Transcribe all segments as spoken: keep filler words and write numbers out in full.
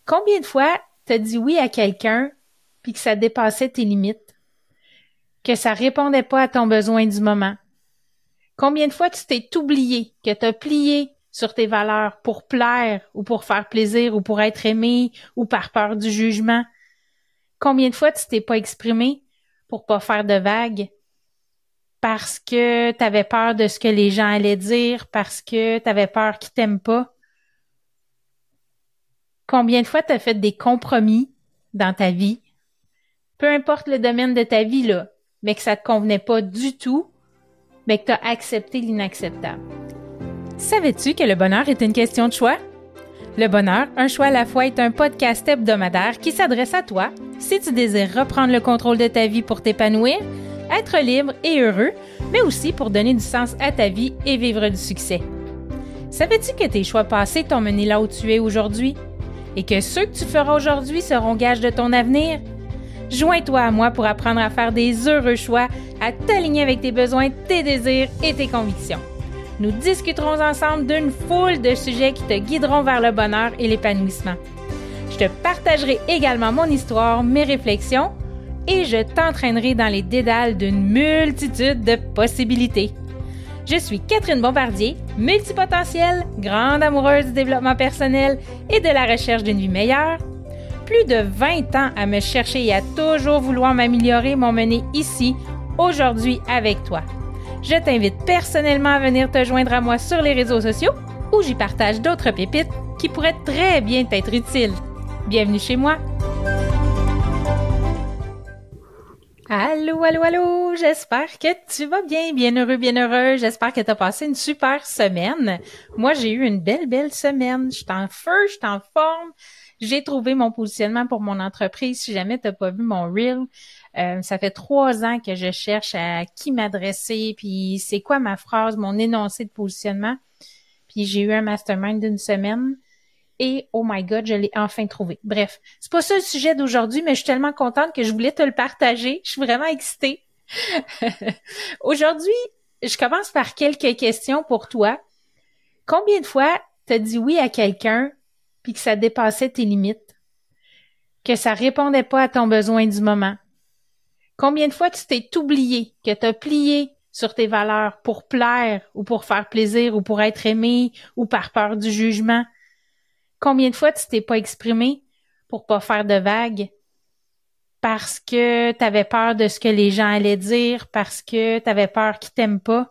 Combien de fois t'as dit oui à quelqu'un puis que ça dépassait tes limites? Que ça répondait pas à ton besoin du moment? Combien de fois tu t'es oublié, que t'as plié sur tes valeurs pour plaire ou pour faire plaisir ou pour être aimé ou par peur du jugement? Combien de fois tu t'es pas exprimé pour pas faire de vagues? Parce que t'avais peur de ce que les gens allaient dire, parce que t'avais peur qu'ils t'aiment pas? Combien de fois t'as fait des compromis dans ta vie? Peu importe le domaine de ta vie, là, mais que ça te convenait pas du tout, mais que t'as accepté l'inacceptable. Savais-tu que le bonheur est une question de choix? Le bonheur, un choix à la fois est un podcast hebdomadaire qui s'adresse à toi si tu désires reprendre le contrôle de ta vie pour t'épanouir, être libre et heureux, mais aussi pour donner du sens à ta vie et vivre du succès. Savais-tu que tes choix passés t'ont mené là où tu es aujourd'hui et que ceux que tu feras aujourd'hui seront gages de ton avenir? Joins-toi à moi pour apprendre à faire des heureux choix, à t'aligner avec tes besoins, tes désirs et tes convictions. Nous discuterons ensemble d'une foule de sujets qui te guideront vers le bonheur et l'épanouissement. Je te partagerai également mon histoire, mes réflexions et je t'entraînerai dans les dédales d'une multitude de possibilités. Je suis Catherine Bombardier, multipotentielle, grande amoureuse du développement personnel et de la recherche d'une vie meilleure. Plus de vingt ans à me chercher et à toujours vouloir m'améliorer m'ont mené ici, aujourd'hui avec toi. Je t'invite personnellement à venir te joindre à moi sur les réseaux sociaux où j'y partage d'autres pépites qui pourraient très bien t'être utiles. Bienvenue chez moi! Allô, allô, allô! J'espère que tu vas bien, bien heureux, bien heureux. J'espère que tu as passé une super semaine. Moi, j'ai eu une belle, belle semaine. Je suis en feu, je suis en forme. J'ai trouvé mon positionnement pour mon entreprise. Si jamais tu n'as pas vu mon reel, euh, ça fait trois ans que je cherche à qui m'adresser, puis c'est quoi ma phrase, mon énoncé de positionnement. Puis j'ai eu un mastermind d'une semaine et oh my God, je l'ai enfin trouvé. Bref, c'est pas ça le sujet d'aujourd'hui, mais je suis tellement contente que je voulais te le partager. Je suis vraiment excitée. Aujourd'hui, je commence par quelques questions pour toi. Combien de fois t'as dit oui à quelqu'un puis que ça dépassait tes limites? Que ça répondait pas à ton besoin du moment? Combien de fois tu t'es oublié, que t'as plié sur tes valeurs pour plaire ou pour faire plaisir ou pour être aimé ou par peur du jugement? Combien de fois tu t'es pas exprimé pour pas faire de vagues? Parce que t'avais peur de ce que les gens allaient dire, parce que t'avais peur qu'ils t'aiment pas?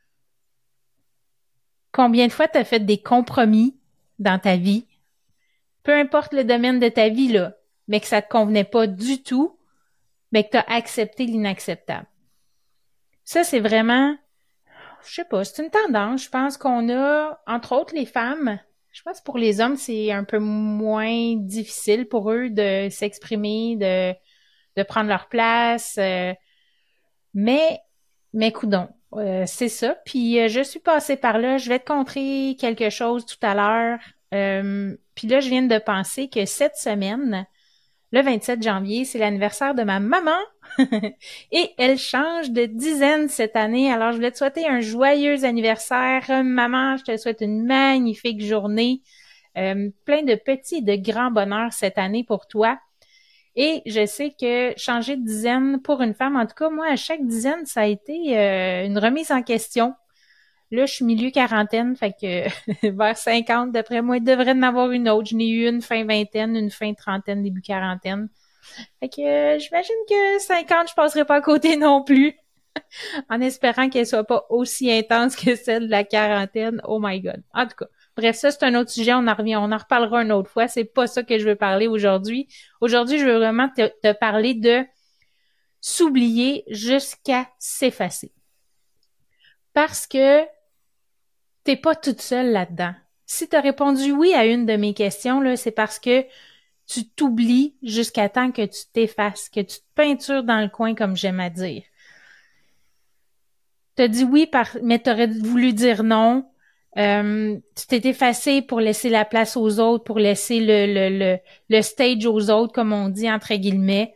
Combien de fois t'as fait des compromis dans ta vie? Peu importe le domaine de ta vie, là, mais que ça te convenait pas du tout, mais que t'as accepté l'inacceptable. Ça, c'est vraiment, je sais pas, c'est une tendance. Je pense qu'on a, entre autres les femmes, je pense que pour les hommes, c'est un peu moins difficile pour eux de s'exprimer, de, de prendre leur place. Euh, mais, mais coudonc, euh, c'est ça. Puis euh, je suis passée par là. Je vais te conter quelque chose tout à l'heure. Euh, puis là, je viens de penser que cette semaine, le vingt-sept janvier, c'est l'anniversaire de ma maman et elle change de dizaine cette année. Alors, je voulais te souhaiter un joyeux anniversaire. Maman, je te souhaite une magnifique journée. Euh, plein de petits et de grands bonheurs cette année pour toi. Et je sais que changer de dizaine pour une femme, en tout cas, moi, à chaque dizaine, ça a été euh, une remise en question. Là, je suis milieu quarantaine, fait que vers cinquante, d'après moi, il devrait en avoir une autre. Je n'ai eu une fin vingtaine, une fin trentaine, début quarantaine. Fait que euh, j'imagine que cinquante, je passerai pas à côté non plus. En espérant qu'elle soit pas aussi intense que celle de la quarantaine. Oh my God. En tout cas, bref, ça, c'est un autre sujet. On en revient, on en reparlera une autre fois. C'est pas ça que je veux parler aujourd'hui. Aujourd'hui, je veux vraiment te, te parler de s'oublier jusqu'à s'effacer. Parce que t'es pas toute seule là-dedans. Si tu as répondu oui à une de mes questions, là, c'est parce que tu t'oublies jusqu'à temps que tu t'effaces, que tu te peintures dans le coin, comme j'aime à dire. Tu as dit oui, par, mais tu aurais voulu dire non. Euh, tu t'es effacé pour laisser la place aux autres, pour laisser le, le, le, le stage aux autres, comme on dit, entre guillemets.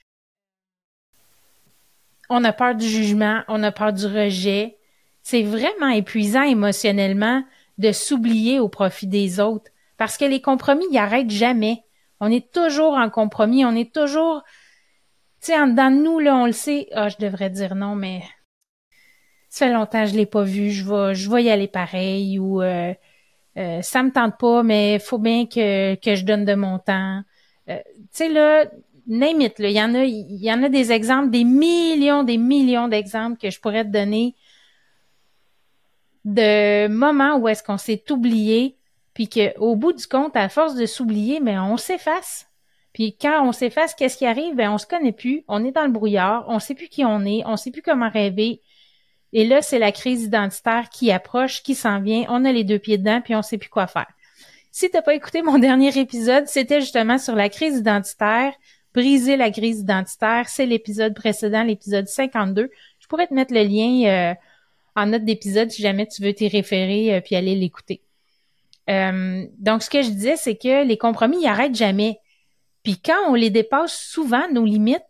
On a peur du jugement, on a peur du rejet. C'est vraiment épuisant émotionnellement de s'oublier au profit des autres. Parce que les compromis, ils n'arrêtent jamais. On est toujours en compromis, on est toujours, tu sais, en dedans de nous, là, on le sait, ah, je devrais dire non, mais ça fait longtemps que je l'ai pas vu, je vais, je vais y aller pareil, ou euh, euh, ça me tente pas, mais faut bien que, que je donne de mon temps. Euh, tu sais, là, name it, là, il y en a, il y en a des exemples, des millions, des millions d'exemples que je pourrais te donner de moments où est-ce qu'on s'est oublié, puis qu'au bout du compte, à force de s'oublier, mais on s'efface. Puis quand on s'efface, qu'est-ce qui arrive? Ben, on se connaît plus, on est dans le brouillard, on sait plus qui on est, on sait plus comment rêver. Et là, c'est la crise identitaire qui approche, qui s'en vient, on a les deux pieds dedans, puis on sait plus quoi faire. Si t'as pas écouté mon dernier épisode, c'était justement sur la crise identitaire, briser la crise identitaire, c'est l'épisode précédent, l'épisode cinquante-deux. Je pourrais te mettre le lien euh, en note d'épisode si jamais tu veux t'y référer euh, puis aller l'écouter. Euh, donc, ce que je disais, c'est que les compromis, ils arrêtent jamais. Puis quand on les dépasse souvent, nos limites,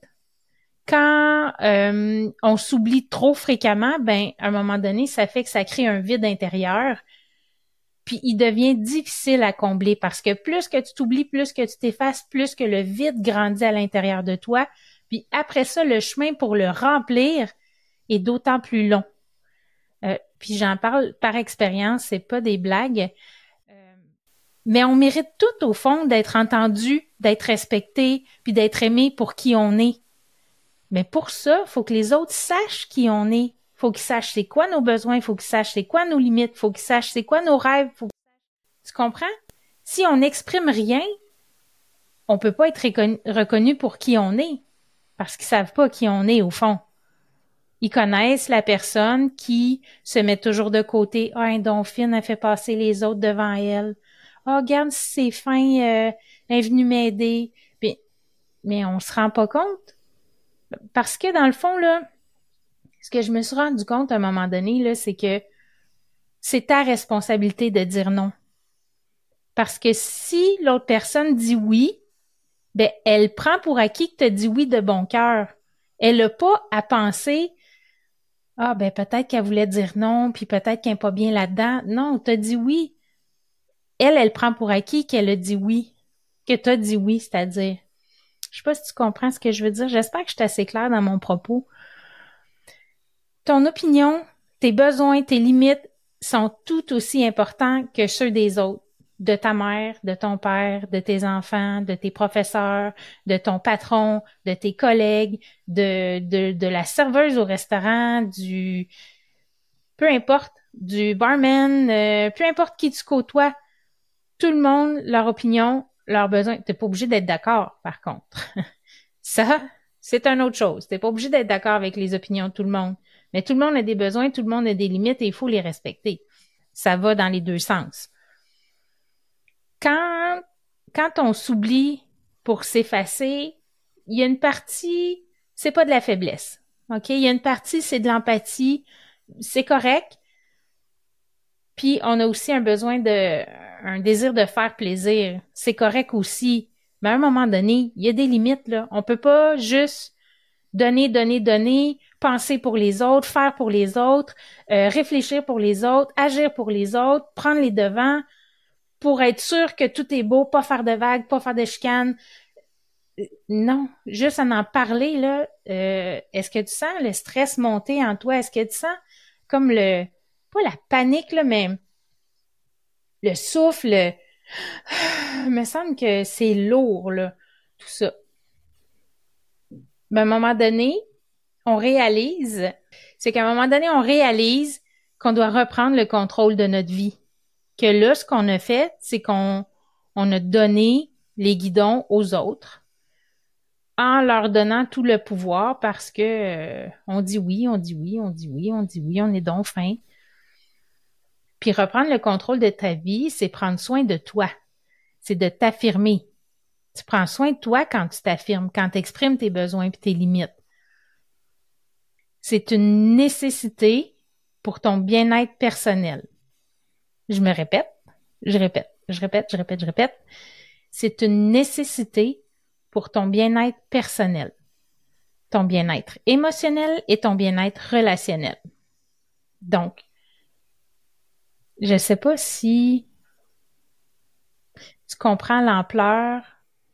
quand euh, on s'oublie trop fréquemment, ben à un moment donné, ça fait que ça crée un vide intérieur. Puis il devient difficile à combler parce que plus que tu t'oublies, plus que tu t'effaces, plus que le vide grandit à l'intérieur de toi. Puis après ça, le chemin pour le remplir est d'autant plus long. Euh, puis j'en parle par expérience, c'est pas des blagues. Euh, mais on mérite tout au fond d'être entendu, d'être respecté, puis d'être aimé pour qui on est. Mais pour ça, faut que les autres sachent qui on est. Faut qu'ils sachent c'est quoi nos besoins, faut qu'ils sachent c'est quoi nos limites, faut qu'ils sachent c'est quoi nos rêves. Faut... Tu comprends? Si on n'exprime rien, on peut pas être reconnu, reconnu pour qui on est, parce qu'ils savent pas qui on est au fond. Ils connaissent la personne qui se met toujours de côté. Ah, oh, Dolphine a fait passer les autres devant elle. Ah, oh, regarde si c'est fin, euh, elle est venue m'aider. Puis, mais on se rend pas compte. Parce que dans le fond, là, ce que je me suis rendu compte à un moment donné, là, c'est que c'est ta responsabilité de dire non. Parce que si l'autre personne dit oui, ben, elle prend pour acquis que tu as dit oui de bon cœur. Elle n'a pas à penser ah, ben peut-être qu'elle voulait dire non, puis peut-être qu'elle n'est pas bien là-dedans. Non, t'as dit oui. Elle, elle prend pour acquis qu'elle a dit oui, que t'as dit oui, c'est-à-dire. Je sais pas si tu comprends ce que je veux dire. J'espère que je suis assez claire dans mon propos. Ton opinion, tes besoins, tes limites sont tout aussi importants que ceux des autres. De ta mère, de ton père, de tes enfants, de tes professeurs, de ton patron, de tes collègues, de, de, de la serveuse au restaurant, du... peu importe, du barman, euh, peu importe qui tu côtoies, tout le monde, leur opinion, leurs besoins. T'es pas obligé d'être d'accord, par contre. Ça, c'est une autre chose. T'es pas obligé d'être d'accord avec les opinions de tout le monde. Mais tout le monde a des besoins, tout le monde a des limites et il faut les respecter. Ça va dans les deux sens. Quand, quand on s'oublie pour s'effacer, il y a une partie, c'est pas de la faiblesse. OK? Il y a une partie, c'est de l'empathie. C'est correct. Puis on a aussi un besoin de, un désir de faire plaisir. C'est correct aussi. Mais à un moment donné, il y a des limites, là. On peut pas juste donner, donner, donner, penser pour les autres, faire pour les autres, euh, réfléchir pour les autres, agir pour les autres, prendre les devants pour être sûr que tout est beau, pas faire de vagues, pas faire de chicanes. Non, juste en en parler, là, euh, est-ce que tu sens le stress monter en toi? Est-ce que tu sens comme le, pas la panique, là, mais le souffle, il me semble que c'est lourd, là, tout ça. Mais à un moment donné, on réalise, c'est qu'à un moment donné, on réalise qu'on doit reprendre le contrôle de notre vie. Que là, ce qu'on a fait, c'est qu'on on a donné les guidons aux autres en leur donnant tout le pouvoir parce que euh, on dit oui, on dit oui, on dit oui, on dit oui, on est donc fin. Puis reprendre le contrôle de ta vie, c'est prendre soin de toi. C'est de t'affirmer. Tu prends soin de toi quand tu t'affirmes, quand tu exprimes tes besoins et tes limites. C'est une nécessité pour ton bien-être personnel. Je me répète, je répète, je répète, je répète, je répète. C'est une nécessité pour ton bien-être personnel, ton bien-être émotionnel et ton bien-être relationnel. Donc, je sais pas si tu comprends l'ampleur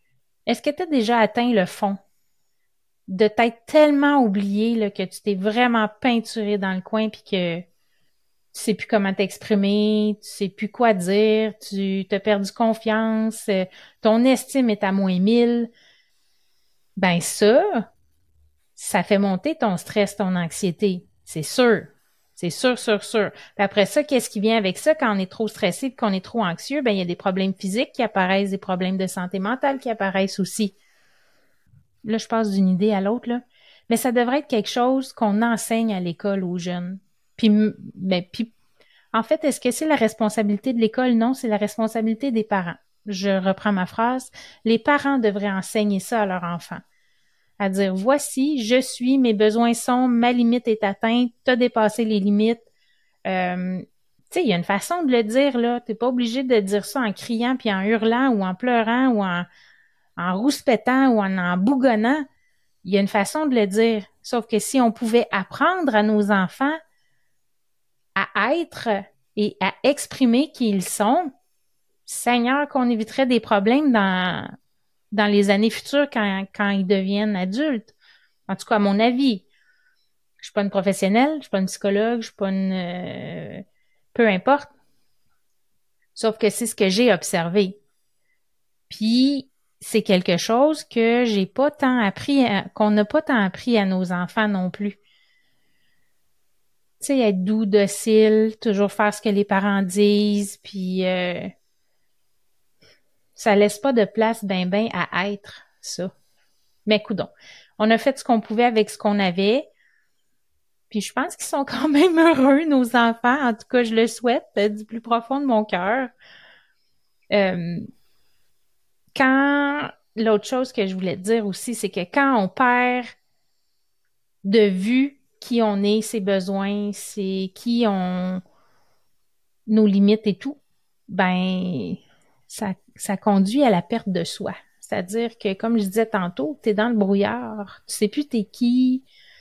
Est-ce que tu as déjà atteint le fond de t'être tellement oublié là, que tu t'es vraiment peinturé dans le coin puis que tu sais plus comment t'exprimer, tu sais plus quoi dire, tu t'as perdu confiance, euh, ton estime est à moins mille, ben ça, ça fait monter ton stress, ton anxiété. C'est sûr. C'est sûr, sûr, sûr. Puis après ça, qu'est-ce qui vient avec ça quand on est trop stressé et qu'on est trop anxieux? Ben, il y a des problèmes physiques qui apparaissent, des problèmes de santé mentale qui apparaissent aussi. Là, je passe d'une idée à l'autre, là. Mais ça devrait être quelque chose qu'on enseigne à l'école aux jeunes. Puis, ben, puis, en fait, est-ce que c'est la responsabilité de l'école? Non, c'est la responsabilité des parents. Je reprends ma phrase. Les parents devraient enseigner ça à leurs enfants. À dire, voici, je suis, mes besoins sont, ma limite est atteinte, t'as dépassé les limites. Euh, tu sais, il y a une façon de le dire, là. T'es pas obligé de dire ça en criant, puis en hurlant, ou en pleurant, ou en, en rouspétant, ou en, en bougonnant. Il y a une façon de le dire. Sauf que si on pouvait apprendre à nos enfants à être et à exprimer qui ils sont, Seigneur, qu'on éviterait des problèmes dans, dans les années futures quand, quand ils deviennent adultes. En tout cas, à mon avis. Je suis pas une professionnelle, je suis pas une psychologue, je suis pas une... euh, peu importe. Sauf que c'est ce que j'ai observé. Puis, c'est quelque chose que j'ai pas tant appris, à, qu'on n'a pas tant appris à nos enfants non plus. Tu sais, être doux, docile, toujours faire ce que les parents disent, puis euh, ça laisse pas de place ben ben à être ça. Mais coudonc, on a fait ce qu'on pouvait avec ce qu'on avait, puis je pense qu'ils sont quand même heureux, nos enfants, en tout cas je le souhaite du plus profond de mon cœur. Euh, quand l'autre chose que je voulais te dire aussi, c'est que quand on perd de vue qui on est, ses besoins, c'est qui on nos limites et tout, ben ça, ça conduit à la perte de soi. C'est-à-dire que, comme je disais tantôt, t'es dans le brouillard, tu sais plus t'es qui.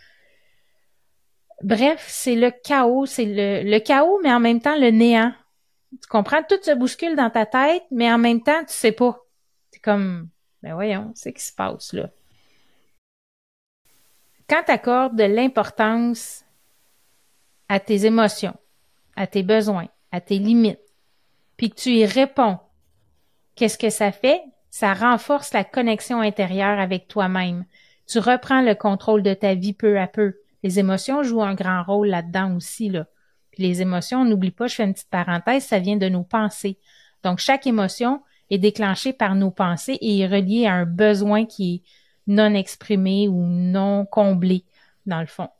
Bref, c'est le chaos, c'est le, le chaos, mais en même temps le néant. Tu comprends? Tout se bouscule dans ta tête, mais en même temps, tu sais pas. C'est comme, ben voyons, c'est ce qui se passe là. Quand tu accordes de l'importance à tes émotions, à tes besoins, à tes limites, puis que tu y réponds, qu'est-ce que ça fait? Ça renforce la connexion intérieure avec toi-même. Tu reprends le contrôle de ta vie peu à peu. Les émotions jouent un grand rôle là-dedans aussi, là. Puis les émotions, n'oublie pas, je fais une petite parenthèse, ça vient de nos pensées. Donc, chaque émotion est déclenchée par nos pensées et est reliée à un besoin qui est non exprimé ou non comblé, dans le fond.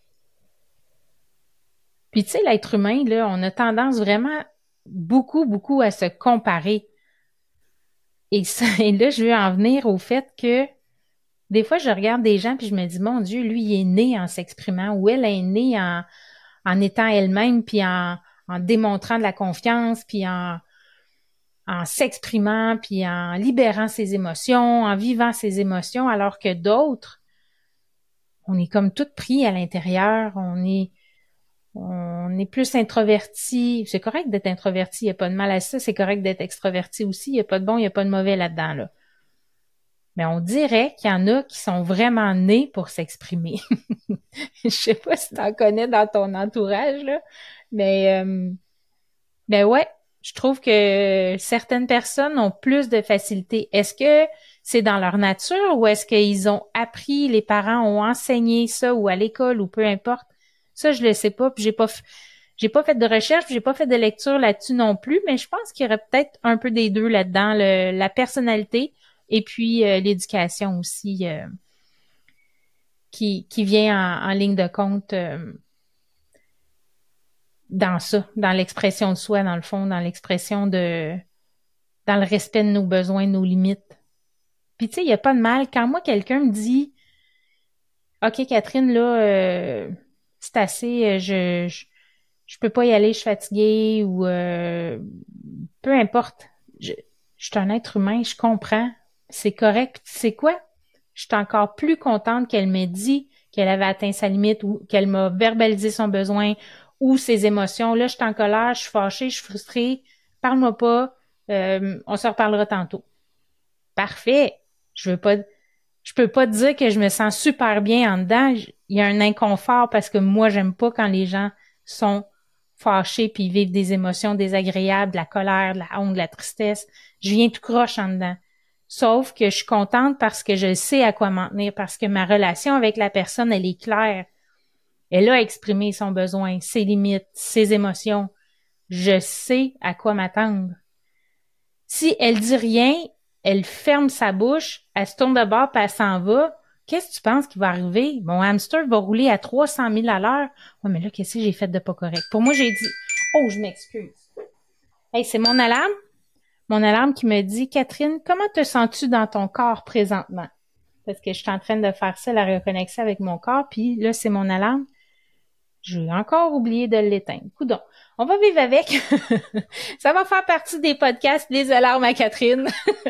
Puis, tu sais, l'être humain, là, on a tendance vraiment beaucoup, beaucoup à se comparer. Et, ça, et là, je veux en venir au fait que des fois, je regarde des gens puis je me dis, mon Dieu, lui, il est né en s'exprimant ou elle est née en, en étant elle-même puis en, en démontrant de la confiance puis en, en s'exprimant puis en libérant ses émotions, en vivant ses émotions, alors que d'autres, on est comme tout pris à l'intérieur, on est on est plus introverti. C'est correct d'être introverti, il n'y a pas de mal à ça, c'est correct d'être extroverti aussi, il n'y a pas de bon, il n'y a pas de mauvais là-dedans, là. Mais on dirait qu'il y en a qui sont vraiment nés pour s'exprimer. Je sais pas si tu en connais dans ton entourage, là, mais euh, ben ouais, je trouve que certaines personnes ont plus de facilité. Est-ce que c'est dans leur nature ou est-ce qu'ils ont appris, les parents ont enseigné ça ou à l'école ou peu importe? Ça, je le sais pas, puis j'ai pas f- j'ai pas fait de recherche, puis j'ai pas fait de lecture là-dessus non plus, mais je pense qu'il y aurait peut-être un peu des deux là-dedans, le- la personnalité et puis euh, l'éducation aussi euh, qui qui vient en, en ligne de compte euh, dans ça, dans l'expression de soi, dans le fond, dans l'expression de dans le respect de nos besoins, de nos limites. Puis tu sais, il y a pas de mal quand moi quelqu'un me dit OK Catherine là euh, c'est assez euh, je, je je peux pas y aller, je suis fatiguée ou euh, peu importe. Je, je suis un être humain, je comprends. C'est correct. Puis tu sais quoi? Je suis encore plus contente qu'elle m'ait dit qu'elle avait atteint sa limite ou qu'elle m'a verbalisé son besoin ou ses émotions. Là, je suis en colère, je suis fâchée, je suis frustrée. Parle-moi pas. Euh, on se reparlera tantôt. Parfait. Je veux pas, je peux pas te dire que je me sens super bien en dedans. Il y a un inconfort parce que moi, j'aime pas quand les gens sont fâchés puis vivent des émotions désagréables, de la colère, de la honte, de la tristesse. Je viens tout croche en dedans. Sauf que je suis contente parce que je sais à quoi m'en tenir, parce que ma relation avec la personne, elle est claire. Elle a exprimé son besoin, ses limites, ses émotions. Je sais à quoi m'attendre. Si elle dit rien, elle ferme sa bouche, elle se tourne de bord puis elle s'en va, qu'est-ce que tu penses qui va arriver? Mon hamster va rouler à trois cent mille à l'heure. Ouais, mais là, qu'est-ce que j'ai fait de pas correct? Pour moi, j'ai dit, oh, je m'excuse. Hey, c'est mon alarme. Mon alarme qui me dit, Catherine, comment te sens-tu dans ton corps présentement? Parce que je suis en train de faire ça, la reconnexion avec mon corps, puis là, c'est mon alarme. J'ai encore oublié de l'éteindre. Coudonc. On va vivre avec. Ça va faire partie des podcasts Les alarmes à Catherine.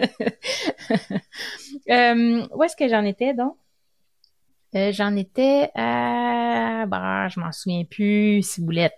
euh, où est-ce que j'en étais, donc? Euh, j'en étais à... Bah, je m'en souviens plus, ciboulette.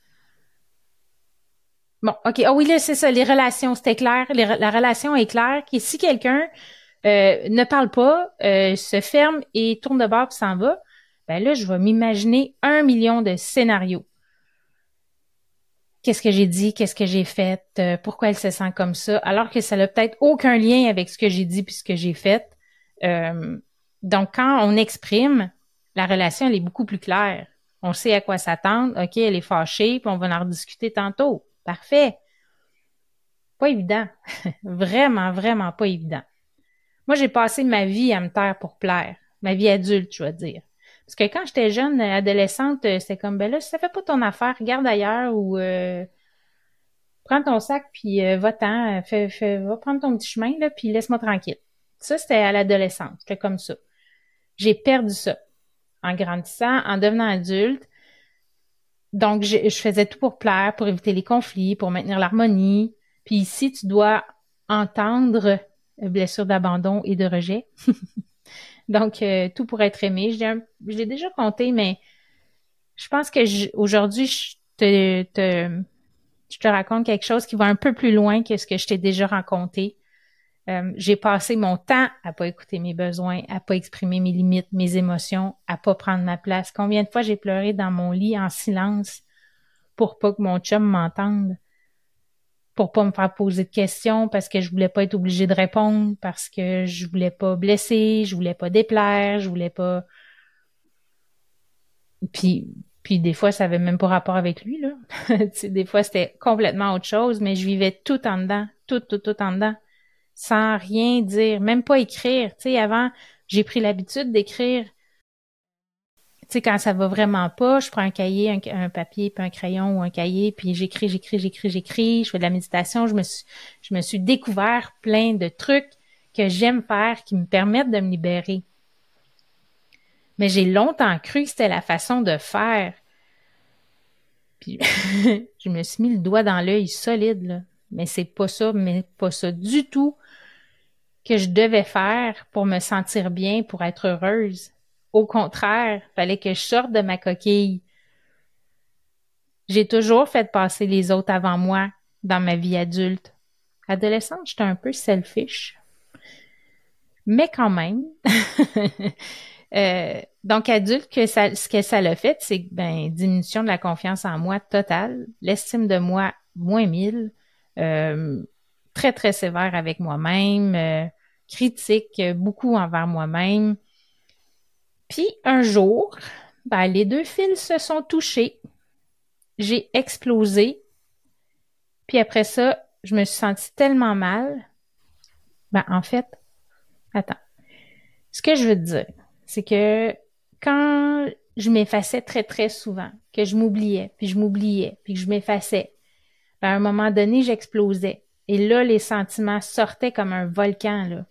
Bon, OK. Ah oui, là, c'est ça, les relations, c'était clair. Les, la relation est claire. Que si quelqu'un euh, ne parle pas, euh, se ferme et tourne de bord puis s'en va, ben là, je vais m'imaginer un million de scénarios. Qu'est-ce que j'ai dit, qu'est-ce que j'ai fait, euh, pourquoi elle se sent comme ça, alors que ça n'a peut-être aucun lien avec ce que j'ai dit puis ce que j'ai fait. Euh, donc, quand on exprime, la relation, elle est beaucoup plus claire. On sait à quoi s'attendre. OK, elle est fâchée, puis on va en rediscuter tantôt. Parfait. Pas évident. Vraiment, vraiment pas évident. Moi, j'ai passé ma vie à me taire pour plaire. Ma vie adulte, je veux dire. Parce que quand j'étais jeune, adolescente, c'était comme, ben là, si ça fait pas ton affaire, regarde ailleurs ou euh, prends ton sac puis euh, va-t'en, fais, fais, va prendre ton petit chemin, là, puis laisse-moi tranquille. Ça, c'était à l'adolescence. J'étais comme ça. J'ai perdu ça en grandissant, en devenant adulte. Donc, je, je faisais tout pour plaire, pour éviter les conflits, pour maintenir l'harmonie. Puis ici, tu dois entendre blessure d'abandon et de rejet. Donc, euh, tout pour être aimé. Je l'ai, un, je l'ai déjà compté, mais je pense que je, aujourd'hui, je te, te, je te raconte quelque chose qui va un peu plus loin que ce que je t'ai déjà raconté. Euh, j'ai passé mon temps à pas écouter mes besoins, à pas exprimer mes limites, mes émotions, à pas prendre ma place. Combien de fois j'ai pleuré dans mon lit en silence pour pas que mon chum m'entende, pour pas me faire poser de questions, parce que je voulais pas être obligée de répondre, parce que je voulais pas blesser, je voulais pas déplaire, je voulais pas... Puis, puis des fois, ça avait même pas rapport avec lui, là. Tu sais, des fois, c'était complètement autre chose, mais je vivais tout en dedans, tout, tout, tout en dedans, sans rien dire, même pas écrire. Tu sais, avant, j'ai pris l'habitude d'écrire. Tu sais, quand ça va vraiment pas, je prends un cahier, un, un papier, puis un crayon ou un cahier, puis j'écris, j'écris, j'écris, j'écris, je fais de la méditation, je me suis, je me suis découvert plein de trucs que j'aime faire qui me permettent de me libérer. Mais j'ai longtemps cru que c'était la façon de faire. Puis je me suis mis le doigt dans l'œil solide, là. Mais c'est pas ça, mais pas ça du tout que je devais faire pour me sentir bien, pour être heureuse. Au contraire, fallait que je sorte de ma coquille. J'ai toujours fait passer les autres avant moi dans ma vie adulte. Adolescente, j'étais un peu selfish. Mais quand même. euh, donc, adulte, que ça, ce que ça l'a fait, c'est ben diminution de la confiance en moi totale, l'estime de moi moins mille, euh, très, très sévère avec moi-même, euh, critique beaucoup envers moi-même. Puis, un jour, ben, les deux fils se sont touchés. J'ai explosé. Puis après ça, je me suis sentie tellement mal. Ben, en fait, attends. Ce que je veux te dire, c'est que quand je m'effaçais très, très souvent, que je m'oubliais, puis je m'oubliais, puis que je m'effaçais, ben, à un moment donné, j'explosais. Et là, les sentiments sortaient comme un volcan, là.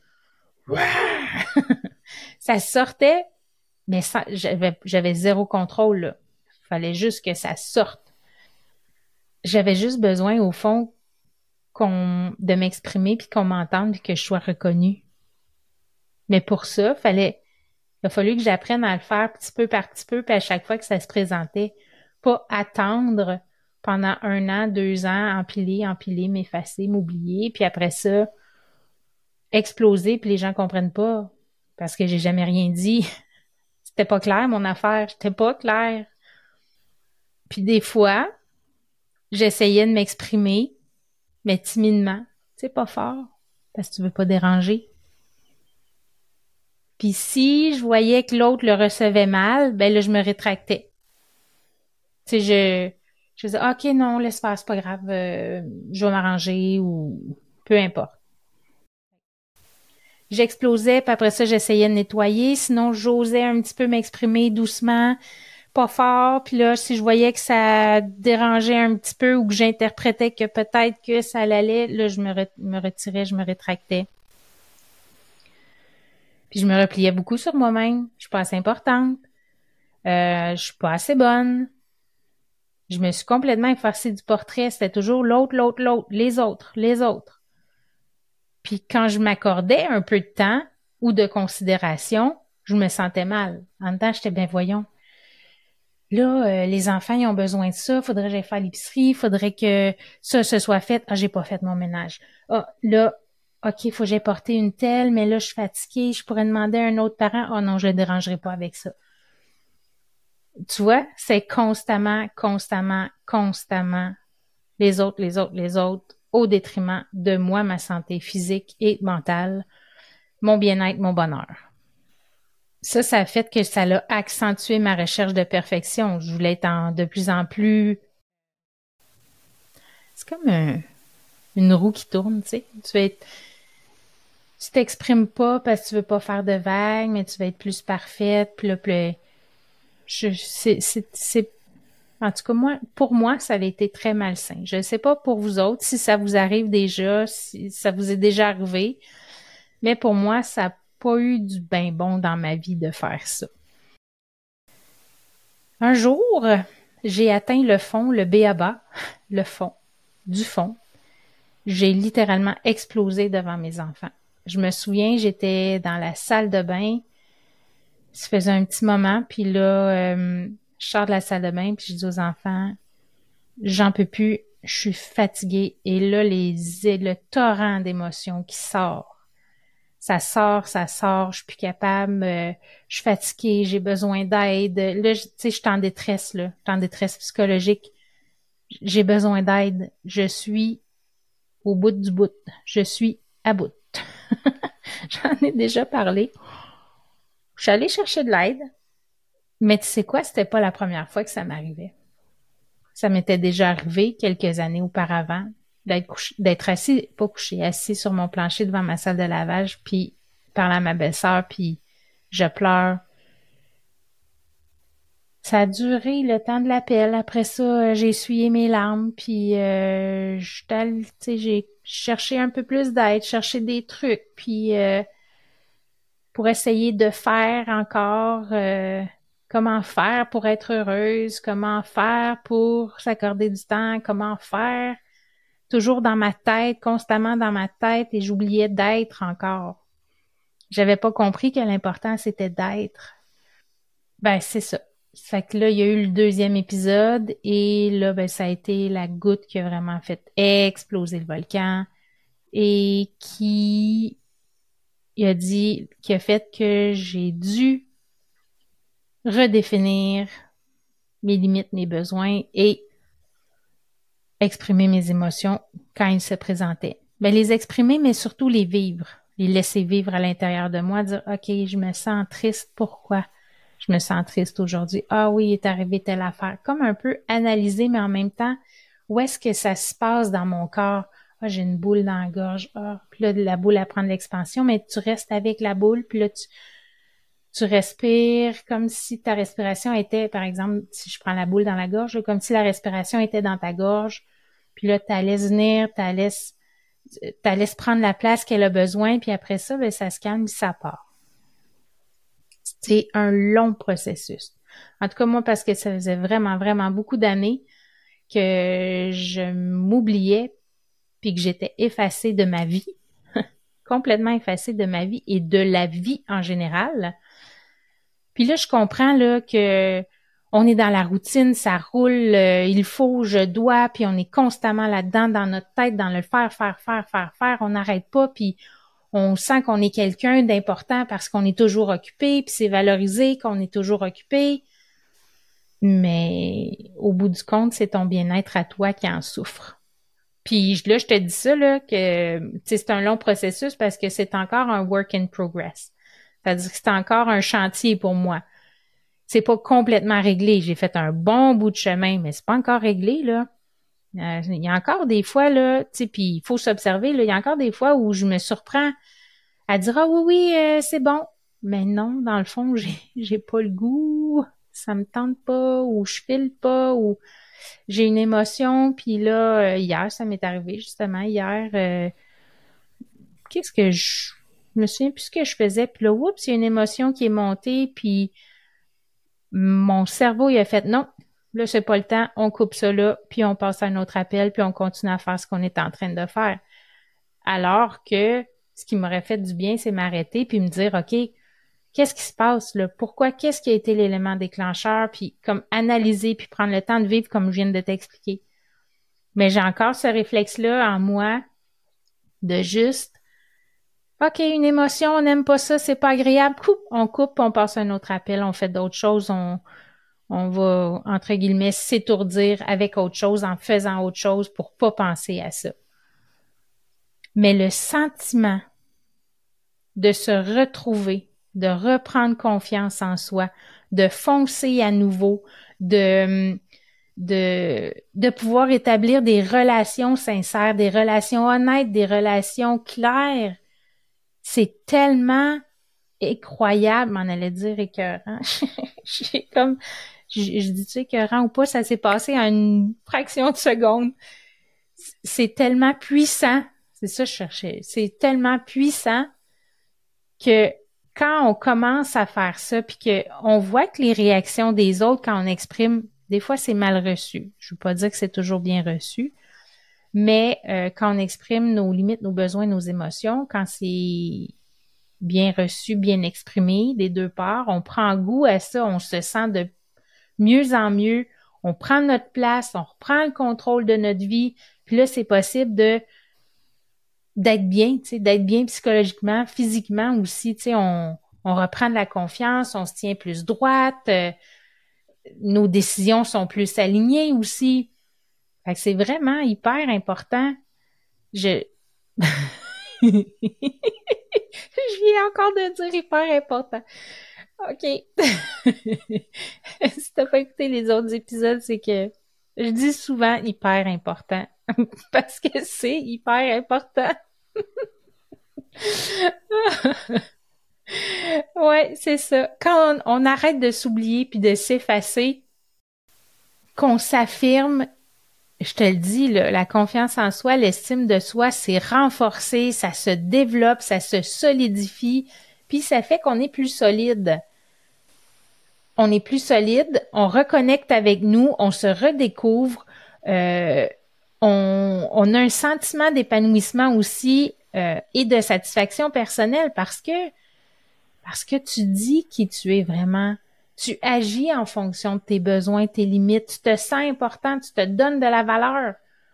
Ça sortait, mais ça, j'avais, j'avais zéro contrôle, là. Il fallait juste que ça sorte. J'avais juste besoin, au fond, qu'on, de m'exprimer, puis qu'on m'entende, puis que je sois reconnue. Mais pour ça, fallait, il a fallu que j'apprenne à le faire petit peu par petit peu, puis à chaque fois que ça se présentait, pas attendre pendant un an, deux ans, empiler, empiler, m'effacer, m'oublier, puis après ça, exploser puis les gens comprennent pas parce que j'ai jamais rien dit. C'était pas clair mon affaire, j'étais pas claire. Puis des fois, j'essayais de m'exprimer, mais timidement, tu sais, pas fort, parce que tu veux pas déranger. Puis si je voyais que l'autre le recevait mal, ben là, je me rétractais. Tu sais, je, je disais, OK, non, laisse faire, c'est pas grave, euh, je vais m'arranger ou peu importe. J'explosais, puis après ça, j'essayais de nettoyer. Sinon, j'osais un petit peu m'exprimer doucement, pas fort. Puis là, si je voyais que ça dérangeait un petit peu ou que j'interprétais que peut-être que ça allait, là, je me, re- me retirais, je me rétractais. Puis je me repliais beaucoup sur moi-même. Je suis pas assez importante. Euh, je suis pas assez bonne. Je me suis complètement effacée du portrait. C'était toujours l'autre, l'autre, l'autre, les autres, les autres. Puis quand je m'accordais un peu de temps ou de considération, je me sentais mal. En même temps, j'étais bien voyons. Là, euh, les enfants, ils ont besoin de ça. Faudrait que j'aille faire l'épicerie. Faudrait que ça, se soit fait. Ah, j'ai pas fait mon ménage. Ah, là, OK, faut que j'aille porter une telle, mais là, je suis fatiguée. Je pourrais demander à un autre parent. Oh non, je le dérangerai pas avec ça. Tu vois, c'est constamment, constamment, constamment les autres, les autres, les autres, au détriment de moi, ma santé physique et mentale, mon bien-être, mon bonheur. Ça, ça a fait que ça l'a accentué ma recherche de perfection. Je voulais être en, de plus en plus... C'est comme un- une roue qui tourne, tu sais. Tu vas être... Tu t'exprimes pas parce que tu veux pas faire de vagues, mais tu vas être plus parfaite. Puis là, puis là, je, c'est, c'est, c'est... En tout cas, moi, pour moi, ça avait été très malsain. Je ne sais pas pour vous autres, si ça vous arrive déjà, si ça vous est déjà arrivé, mais pour moi, ça n'a pas eu du bien bon dans ma vie de faire ça. Un jour, j'ai atteint le fond, le b a bas, le fond, du fond. J'ai littéralement explosé devant mes enfants. Je me souviens, j'étais dans la salle de bain, ça faisait un petit moment, puis là, euh, je sors de la salle de bain, puis je dis aux enfants, j'en peux plus, je suis fatiguée. Et là, les, le torrent d'émotions qui sort. Ça sort, ça sort, je suis plus capable, euh, je suis fatiguée, j'ai besoin d'aide. Là, tu sais, je suis en détresse, là. Je suis en détresse psychologique. J'ai besoin d'aide. Je suis au bout du bout. Je suis à bout. J'en ai déjà parlé. Je suis allée chercher de l'aide. Mais tu sais quoi, c'était pas la première fois que ça m'arrivait. Ça m'était déjà arrivé quelques années auparavant d'être couché, d'être assis, pas couché, assis sur mon plancher devant ma salle de lavage, puis parler à ma belle-sœur, puis je pleure. Ça a duré le temps de l'appel. Après ça, j'ai essuyé mes larmes, puis euh, je tu sais, j'ai cherché un peu plus d'aide, cherché des trucs, puis euh, pour essayer de faire encore euh, comment faire pour être heureuse, comment faire pour s'accorder du temps, comment faire, toujours dans ma tête, constamment dans ma tête, et j'oubliais d'être encore. J'avais pas compris que l'important c'était d'être. Ben c'est ça. Fait que là, il y a eu le deuxième épisode et là, ben ça a été la goutte qui a vraiment fait exploser le volcan et qui il a dit, qui a fait que j'ai dû redéfinir mes limites, mes besoins et exprimer mes émotions quand ils se présentaient. Ben, les exprimer, mais surtout les vivre. Les laisser vivre à l'intérieur de moi, dire, OK, je me sens triste, pourquoi je me sens triste aujourd'hui? Ah oui, il est arrivé telle affaire. Comme un peu analyser, mais en même temps, où est-ce que ça se passe dans mon corps? Ah, j'ai une boule dans la gorge. Ah, puis là, la boule, elle prend de l'expansion, mais tu restes avec la boule, puis là, tu, tu respires comme si ta respiration était, par exemple, si je prends la boule dans la gorge, comme si la respiration était dans ta gorge, puis là, tu la laisses venir, tu la laisses, tu la laisses prendre la place qu'elle a besoin, puis après ça, ben, ça se calme, ça part. C'est un long processus. En tout cas, moi, parce que ça faisait vraiment, vraiment beaucoup d'années que je m'oubliais, puis que j'étais effacée de ma vie, complètement effacée de ma vie et de la vie en général. Puis là, je comprends là que on est dans la routine, ça roule, euh, il faut, je dois, puis on est constamment là-dedans, dans notre tête, dans le faire, faire, faire, faire, faire, on n'arrête pas, puis on sent qu'on est quelqu'un d'important parce qu'on est toujours occupé, puis c'est valorisé qu'on est toujours occupé. Mais au bout du compte, c'est ton bien-être à toi qui en souffre. Puis là, je te dis ça, là, que c'est un long processus parce que c'est encore un work in progress. C'est-à-dire que c'est encore un chantier pour moi. C'est pas complètement réglé. J'ai fait un bon bout de chemin, mais c'est pas encore réglé, là. Euh, il y a encore des fois, là, tu sais, puis il faut s'observer, là, il y a encore des fois où je me surprends à dire « Ah oui, oui, euh, c'est bon ». Mais non, dans le fond, j'ai j'ai pas le goût, ça me tente pas, ou je file pas, ou j'ai une émotion, puis là, euh, hier, ça m'est arrivé, justement, hier, euh, qu'est-ce que je... Je me souviens plus ce que je faisais, puis là, oups, il y a une émotion qui est montée, puis mon cerveau, il a fait « Non, là, c'est pas le temps, on coupe ça là, puis on passe à un autre appel, puis on continue à faire ce qu'on est en train de faire. » Alors que ce qui m'aurait fait du bien, c'est m'arrêter puis me dire « OK, qu'est-ce qui se passe là? Pourquoi? Qu'est-ce qui a été l'élément déclencheur? » Puis comme analyser puis prendre le temps de vivre comme je viens de t'expliquer. Mais j'ai encore ce réflexe-là en moi de juste OK, une émotion, on n'aime pas ça, c'est pas agréable, coupe, on coupe, on passe à un autre appel, on fait d'autres choses, on, on va, entre guillemets, s'étourdir avec autre chose en faisant autre chose pour pas penser à ça. Mais le sentiment de se retrouver, de reprendre confiance en soi, de foncer à nouveau, de, de, de pouvoir établir des relations sincères, des relations honnêtes, des relations claires, c'est tellement incroyable, m'en allait dire écœurant. J'ai comme, je, je dis-tu écœurant ou pas, ça s'est passé en une fraction de seconde. C'est tellement puissant, c'est ça que je cherchais, c'est tellement puissant que quand on commence à faire ça, puis qu'on voit que les réactions des autres, quand on exprime, des fois c'est mal reçu. Je veux pas dire que c'est toujours bien reçu, mais euh, quand on exprime nos limites, nos besoins, nos émotions, quand c'est bien reçu, bien exprimé des deux parts, on prend goût à ça, on se sent de mieux en mieux, on prend notre place, on reprend le contrôle de notre vie, puis là, c'est possible de d'être bien, tu sais, d'être bien psychologiquement, physiquement aussi, tu sais, on, on reprend de la confiance, on se tient plus droite, euh, nos décisions sont plus alignées aussi. Fait que c'est vraiment hyper important. Je... Je viens encore de dire hyper important. OK. Si t'as pas écouté les autres épisodes, c'est que je dis souvent hyper important parce que c'est hyper important. Ouais, c'est ça. Quand on, on arrête de s'oublier puis de s'effacer, qu'on s'affirme, je te le dis, là, la confiance en soi, l'estime de soi, c'est renforcé, ça se développe, ça se solidifie, puis ça fait qu'on est plus solide. On est plus solide, on reconnecte avec nous, on se redécouvre, euh, on, on a un sentiment d'épanouissement aussi euh, et de satisfaction personnelle parce que parce que tu dis qui tu es vraiment. Tu agis en fonction de tes besoins, tes limites, tu te sens important, tu te donnes de la valeur.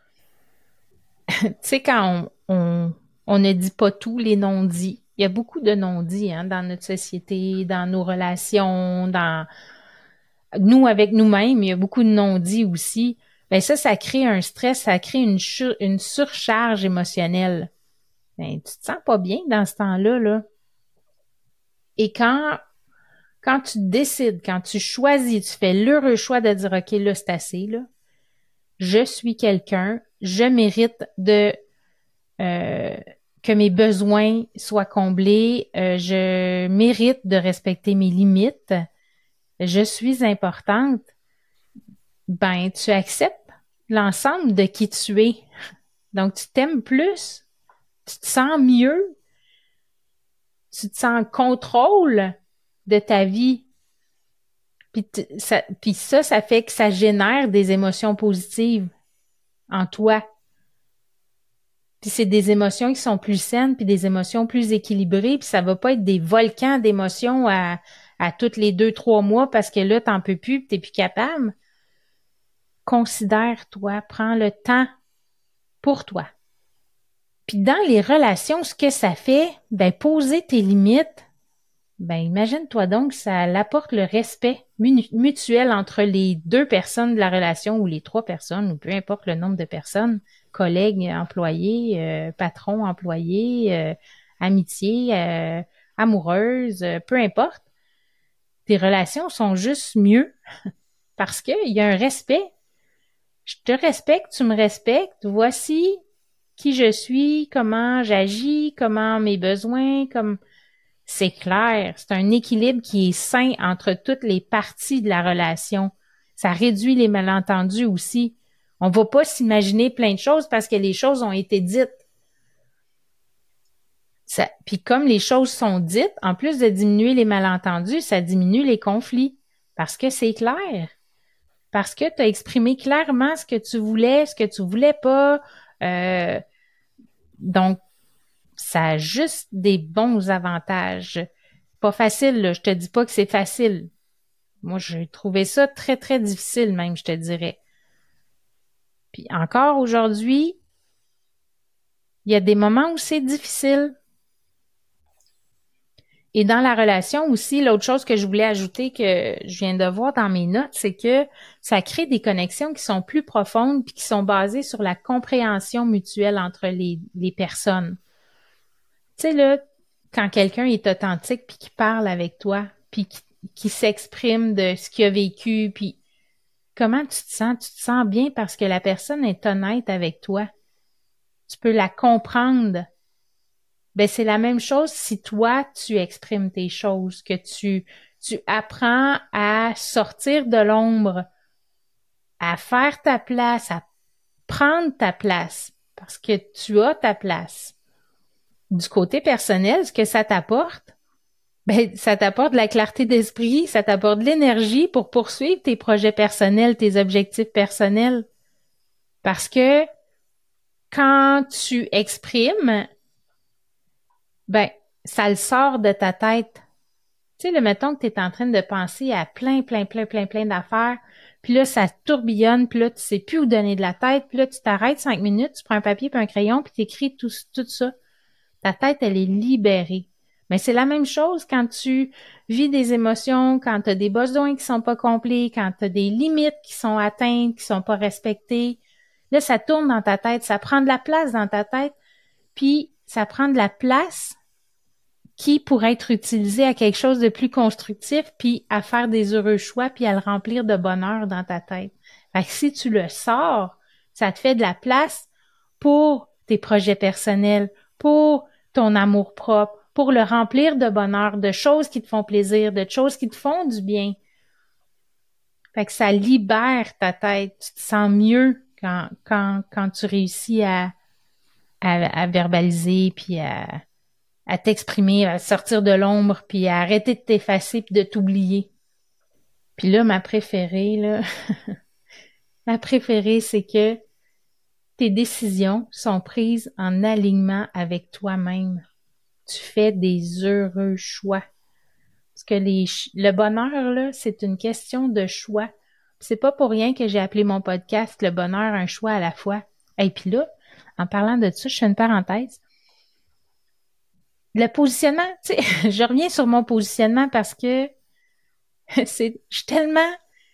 Tu sais, quand on, on, on ne dit pas tout, les non-dits, il y a beaucoup de non-dits hein, dans notre société, dans nos relations, dans nous avec nous-mêmes, il y a beaucoup de non-dits aussi. Ben ça, ça crée un stress, ça crée une, sur, une surcharge émotionnelle. Ben, tu te sens pas bien dans ce temps-là, là. Et quand quand tu décides, quand tu choisis, tu fais l'heureux choix de dire OK, là, c'est assez, là. Je suis quelqu'un, je mérite de euh, que mes besoins soient comblés, euh, je mérite de respecter mes limites, je suis importante. Ben, tu acceptes l'ensemble de qui tu es. Donc, tu t'aimes plus, tu te sens mieux, tu te sens en contrôle de ta vie. Puis ça, puis ça, ça fait que ça génère des émotions positives en toi. Puis c'est des émotions qui sont plus saines, puis des émotions plus équilibrées, puis ça va pas être des volcans d'émotions à, à toutes les deux, trois mois parce que là, t'en peux plus, puis t'es plus capable. Considère-toi, prends le temps pour toi. Puis dans les relations, ce que ça fait, ben poser tes limites, ben imagine-toi donc, ça apporte le respect mutuel entre les deux personnes de la relation ou les trois personnes, ou peu importe le nombre de personnes, collègues, employés, euh, patrons, employés, euh, amitié, euh, amoureuse, euh, peu importe. Tes relations sont juste mieux parce qu'il y a un respect. Je te respecte, tu me respectes, voici qui je suis, comment j'agis, comment mes besoins, comme c'est clair, c'est un équilibre qui est sain entre toutes les parties de la relation. Ça réduit les malentendus aussi. On va pas s'imaginer plein de choses parce que les choses ont été dites. Ça, puis comme les choses sont dites, en plus de diminuer les malentendus, ça diminue les conflits parce que c'est clair. Parce que tu as exprimé clairement ce que tu voulais, ce que tu voulais pas. Euh, donc, ça a juste des bons avantages. Pas facile, là. Je te dis pas que c'est facile. Moi, j'ai trouvé ça très, très difficile même, je te dirais. Puis encore aujourd'hui, il y a des moments où c'est difficile. Et dans la relation aussi, l'autre chose que je voulais ajouter que je viens de voir dans mes notes, c'est que ça crée des connexions qui sont plus profondes puis qui sont basées sur la compréhension mutuelle entre les, les personnes. Tu sais, là, quand quelqu'un est authentique puis qui parle avec toi puis qui, qui s'exprime de ce qu'il a vécu puis comment tu te sens? Tu te sens bien parce que la personne est honnête avec toi. Tu peux la comprendre. Ben, c'est la même chose si toi, tu exprimes tes choses, que tu, tu apprends à sortir de l'ombre, à faire ta place, à prendre ta place, parce que tu as ta place. Du côté personnel, ce que ça t'apporte, ben, ça t'apporte de la clarté d'esprit, ça t'apporte de l'énergie pour poursuivre tes projets personnels, tes objectifs personnels. Parce que quand tu exprimes, ben, ça le sort de ta tête. Tu sais, le mettons que tu es en train de penser à plein, plein, plein, plein, plein d'affaires, puis là, ça tourbillonne, puis là, tu sais plus où donner de la tête, puis là, tu t'arrêtes cinq minutes, tu prends un papier puis un crayon, puis tu écris tout, tout ça. Ta tête, elle est libérée. Mais c'est la même chose quand tu vis des émotions, quand tu as des besoins qui sont pas complets, quand tu as des limites qui sont atteintes, qui sont pas respectées. Là, ça tourne dans ta tête, ça prend de la place dans ta tête, puis ça prend de la place qui pourrait être utilisée à quelque chose de plus constructif, puis à faire des heureux choix, puis à le remplir de bonheur dans ta tête. Fait que si tu le sors, ça te fait de la place pour tes projets personnels, pour ton amour-propre, pour le remplir de bonheur, de choses qui te font plaisir, de choses qui te font du bien. Fait que ça libère ta tête. Tu te sens mieux quand, quand, quand tu réussis à, à, à verbaliser, puis à, à t'exprimer, à sortir de l'ombre, puis à arrêter de t'effacer puis de t'oublier. Puis là, ma préférée, là, ma préférée, c'est que tes décisions sont prises en alignement avec toi-même. Tu fais des heureux choix. Parce que les, le bonheur, là, c'est une question de choix. C'est pas pour rien que j'ai appelé mon podcast Le bonheur, un choix à la fois. Et puis là, en parlant de ça, je fais une parenthèse. Le positionnement, tu sais, je reviens sur mon positionnement parce que c'est, je suis tellement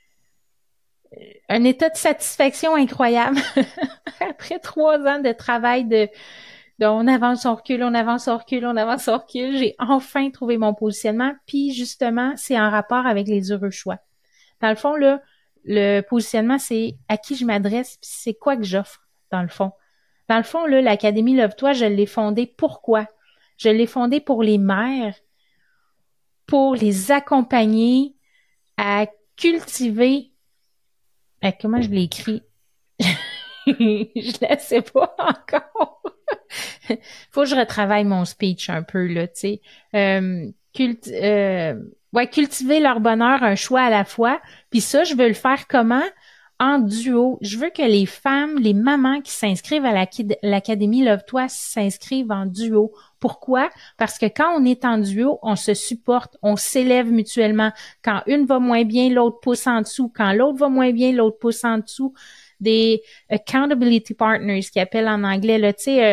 un état de satisfaction incroyable. Après trois ans de travail de, de on avance, on recule, on avance, on recule, on avance, on recule, j'ai enfin trouvé mon positionnement. Puis justement, c'est en rapport avec les heureux choix. Dans le fond, là, le positionnement, c'est à qui je m'adresse, puis c'est quoi que j'offre, dans le fond. Dans le fond, là, l'Académie Love-toi, je l'ai fondée pourquoi? Je l'ai fondée pour les mères, pour les accompagner à cultiver. Euh, comment je l'ai écrit? Je ne sais pas encore. Faut que je retravaille mon speech un peu, là, tu sais. Euh, culti- euh, ouais, cultiver leur bonheur, un choix à la fois. Puis ça, je veux le faire comment? En duo. Je veux que les femmes, les mamans qui s'inscrivent à l'Académie Love-toi s'inscrivent en duo. Pourquoi? Parce que quand on est en duo, on se supporte, on s'élève mutuellement. Quand une va moins bien, l'autre pousse en dessous. Quand l'autre va moins bien, l'autre pousse en dessous. Des accountability partners qui appellent en anglais, là, tu sais, euh,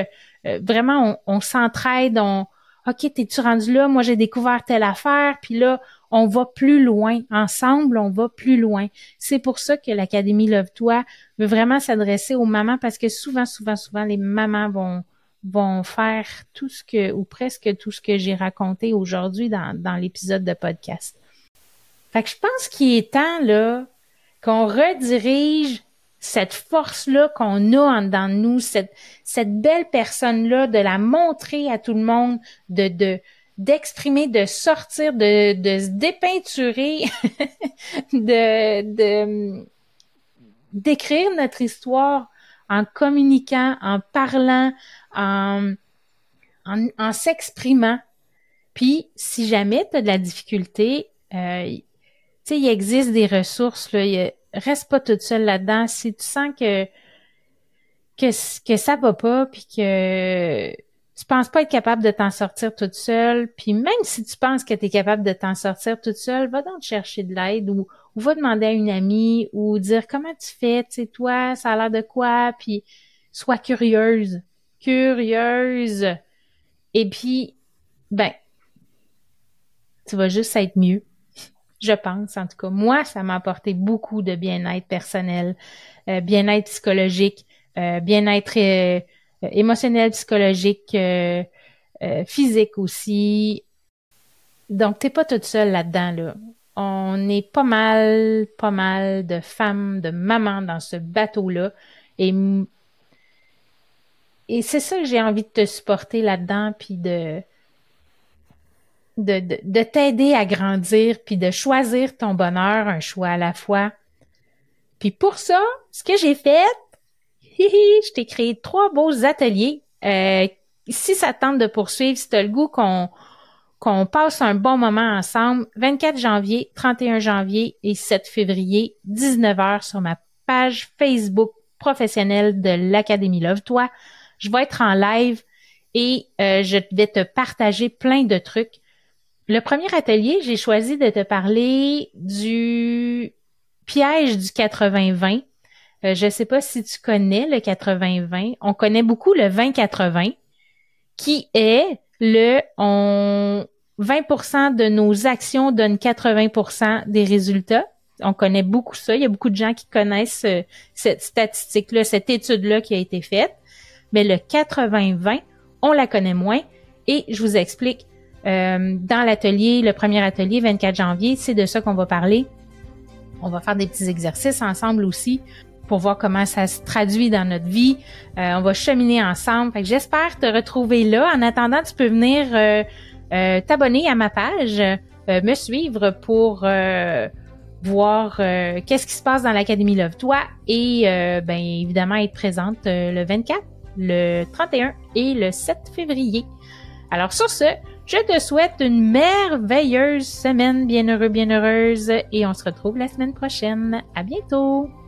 euh, vraiment, on, on s'entraide, on « OK, t'es-tu rendu là? Moi, j'ai découvert telle affaire. » Puis là, on va plus loin. Ensemble, on va plus loin. C'est pour ça que l'Académie Love-toi veut vraiment s'adresser aux mamans parce que souvent, souvent, souvent, les mamans vont vont faire tout ce que, ou presque tout ce que j'ai raconté aujourd'hui dans, dans l'épisode de podcast. Fait que je pense qu'il est temps, là, qu'on redirige cette force-là qu'on a en dedans de nous, cette, cette belle personne-là, de la montrer à tout le monde, de, de, d'exprimer, de sortir, de, de se dépeinturer, de, de, d'écrire notre histoire en communiquant, en parlant, en, en, en s'exprimant. Puis, si jamais tu as de la difficulté, euh, tu sais, il existe des ressources, là, il y a, reste pas toute seule là-dedans. Si tu sens que que que ça va pas, puis que tu penses pas être capable de t'en sortir toute seule, puis même si tu penses que tu es capable de t'en sortir toute seule, va donc chercher de l'aide ou, ou va demander à une amie ou dire comment tu fais, tu sais, toi, ça a l'air de quoi, puis sois curieuse, curieuse. Et puis, ben, tu vas juste être mieux. Je pense, en tout cas. Moi, ça m'a apporté beaucoup de bien-être personnel, euh, bien-être psychologique, euh, bien-être euh, émotionnel, psychologique, euh, euh, physique aussi. Donc, t'es pas toute seule là-dedans, là. On est pas mal, pas mal de femmes, de mamans dans ce bateau-là. Et, et c'est ça que j'ai envie de te supporter là-dedans, puis de... De, de, de t'aider à grandir puis de choisir ton bonheur un choix à la fois. Puis pour ça, ce que j'ai fait, hihi, je t'ai créé trois beaux ateliers. Euh, si ça te tente de poursuivre, si tu as le goût qu'on qu'on passe un bon moment ensemble, vingt-quatre janvier, trente et un janvier et sept février, dix-neuf heures sur ma page Facebook professionnelle de l'Académie Love-toi. Je vais être en live et euh, je vais te partager plein de trucs. Le premier atelier, j'ai choisi de te parler du piège du quatre-vingts vingt. Euh, je ne sais pas si tu connais le quatre-vingts vingt. On connaît beaucoup le vingt quatre-vingts, qui est le on vingt pour cent de nos actions donnent quatre-vingts pour cent des résultats. On connaît beaucoup ça. Il y a beaucoup de gens qui connaissent euh, cette statistique-là, cette étude-là qui a été faite. Mais le quatre-vingts vingt, on la connaît moins. Et je vous explique. Euh, dans l'atelier, le premier atelier, vingt-quatre janvier, c'est de ça qu'on va parler. On va faire des petits exercices ensemble aussi pour voir comment ça se traduit dans notre vie. Euh, on va cheminer ensemble. Fait que j'espère te retrouver là. En attendant, tu peux venir euh, euh, t'abonner à ma page, euh, me suivre pour euh, voir euh, qu'est-ce qui se passe dans l'Académie Love-toi et euh, ben évidemment être présente euh, le vingt-quatre, le trente et un et le sept février. Alors sur ce, je te souhaite une merveilleuse semaine bien heureux, bien heureuse et on se retrouve la semaine prochaine. À bientôt!